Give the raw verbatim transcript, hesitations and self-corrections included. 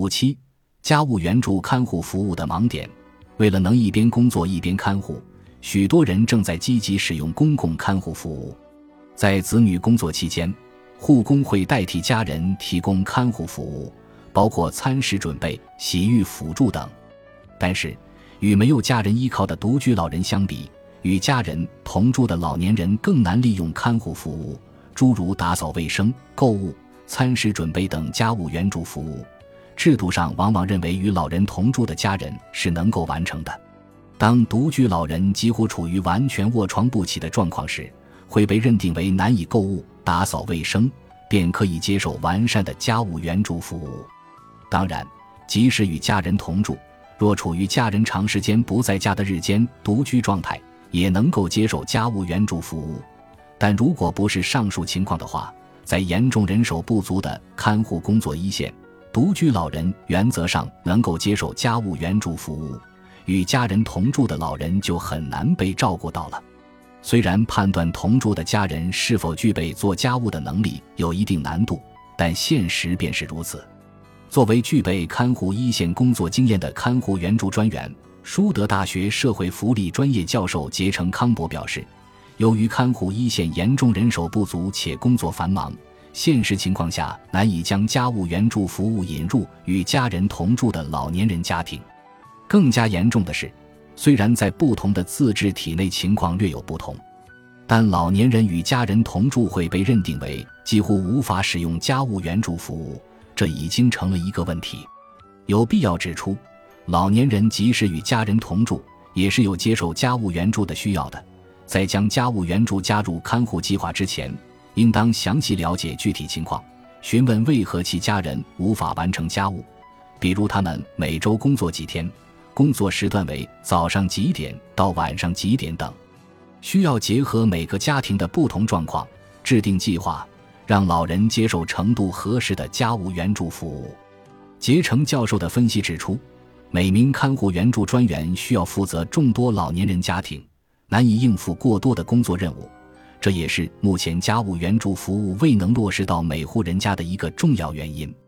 五七、家务援助看护服务的盲点。为了能一边工作一边看护，许多人正在积极使用公共看护服务。在子女工作期间，护工会代替家人提供看护服务，包括餐食准备、洗浴辅助等。但是，与没有家人依靠的独居老人相比，与家人同住的老年人更难利用看护服务，诸如打扫卫生、购物、餐食准备等家务援助服务。制度上往往认为与老人同住的家人是能够完成的。当独居老人几乎处于完全卧床不起的状况时，会被认定为难以购物、打扫卫生，便可以接受完善的家务援助服务。当然，即使与家人同住，若处于家人长时间不在家的日间独居状态，也能够接受家务援助服务。但如果不是上述情况的话，在严重人手不足的看护工作一线，独居老人原则上能够接受家务援助服务，与家人同住的老人就很难被照顾到了。虽然判断同住的家人是否具备做家务的能力有一定难度，但现实便是如此。作为具备看护一线工作经验的看护援助专员，舒德大学社会福利专业教授杰成康博表示，由于看护一线严重人手不足且工作繁忙，现实情况下难以将家务援助服务引入与家人同住的老年人家庭。更加严重的是，虽然在不同的自治体内情况略有不同，但老年人与家人同住会被认定为几乎无法使用家务援助服务，这已经成了一个问题。有必要指出，老年人即使与家人同住，也是有接受家务援助的需要的。在将家务援助加入看护计划之前，应当详细了解具体情况，询问为何其家人无法完成家务，比如他们每周工作几天，工作时段为早上几点到晚上几点等。需要结合每个家庭的不同状况，制定计划，让老人接受程度合适的家务援助服务。杰成教授的分析指出，每名看护援助专员需要负责众多老年人家庭，难以应付过多的工作任务，这也是目前家务援助服务未能落实到每户人家的一个重要原因。